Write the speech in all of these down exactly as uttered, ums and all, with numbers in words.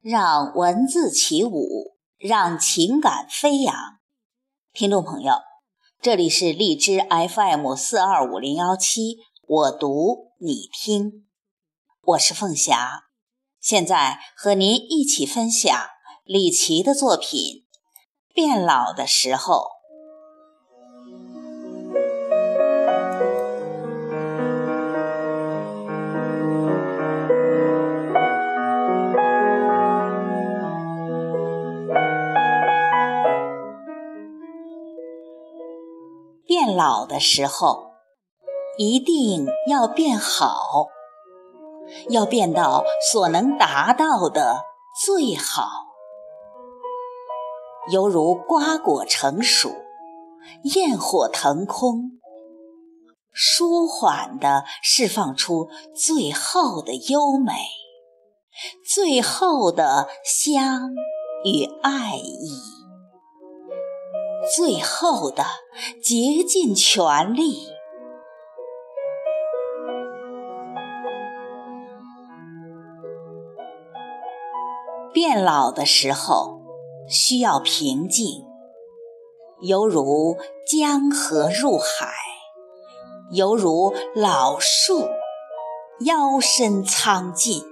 让文字起舞，让情感飞扬。听众朋友，这里是荔枝 F M 四二五零一七，我读你听，我是凤霞，现在和您一起分享李琦的作品《变老的时候》。变老的时候，一定要变好，要变到所能达到的最好，犹如瓜果成熟，焰火腾空，舒缓地释放出最后的优美，最后的香与爱意，最后的竭尽全力。变老的时候需要平静，犹如江河入海，犹如老树腰身苍劲。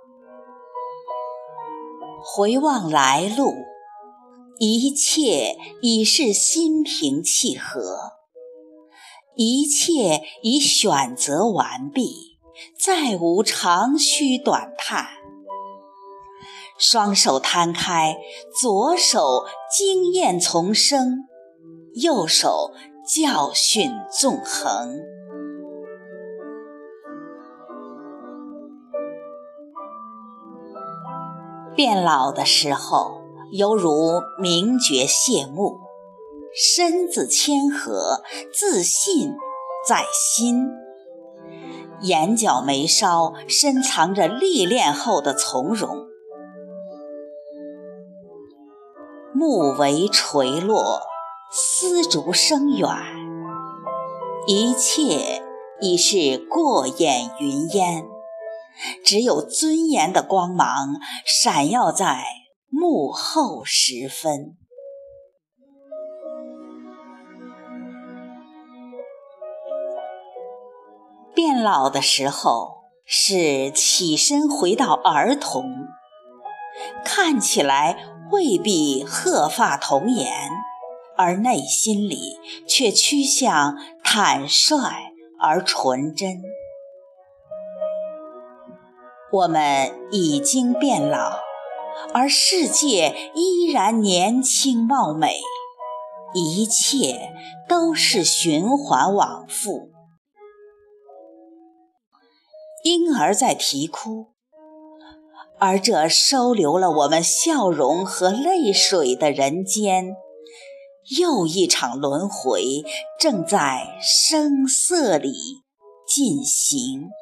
回望来路，一切已是心平气和，一切已选择完毕，再无长吁短叹。双手摊开，左手经验丛生，右手教训纵横。变老的时候，犹如名爵谢幕，身子谦和，自信在心，眼角眉梢深藏着历练后的从容。木帷垂落，丝竹声远，一切已是过眼云烟，只有尊严的光芒闪耀在幕后时分。变老的时候，是起身回到儿童，看起来未必鹤发童颜，而内心里却趋向坦率而纯真。我们已经变老，而世界依然年轻貌美，一切都是循环往复。婴儿在啼哭，而这收留了我们笑容和泪水的人间，又一场轮回正在声色里进行。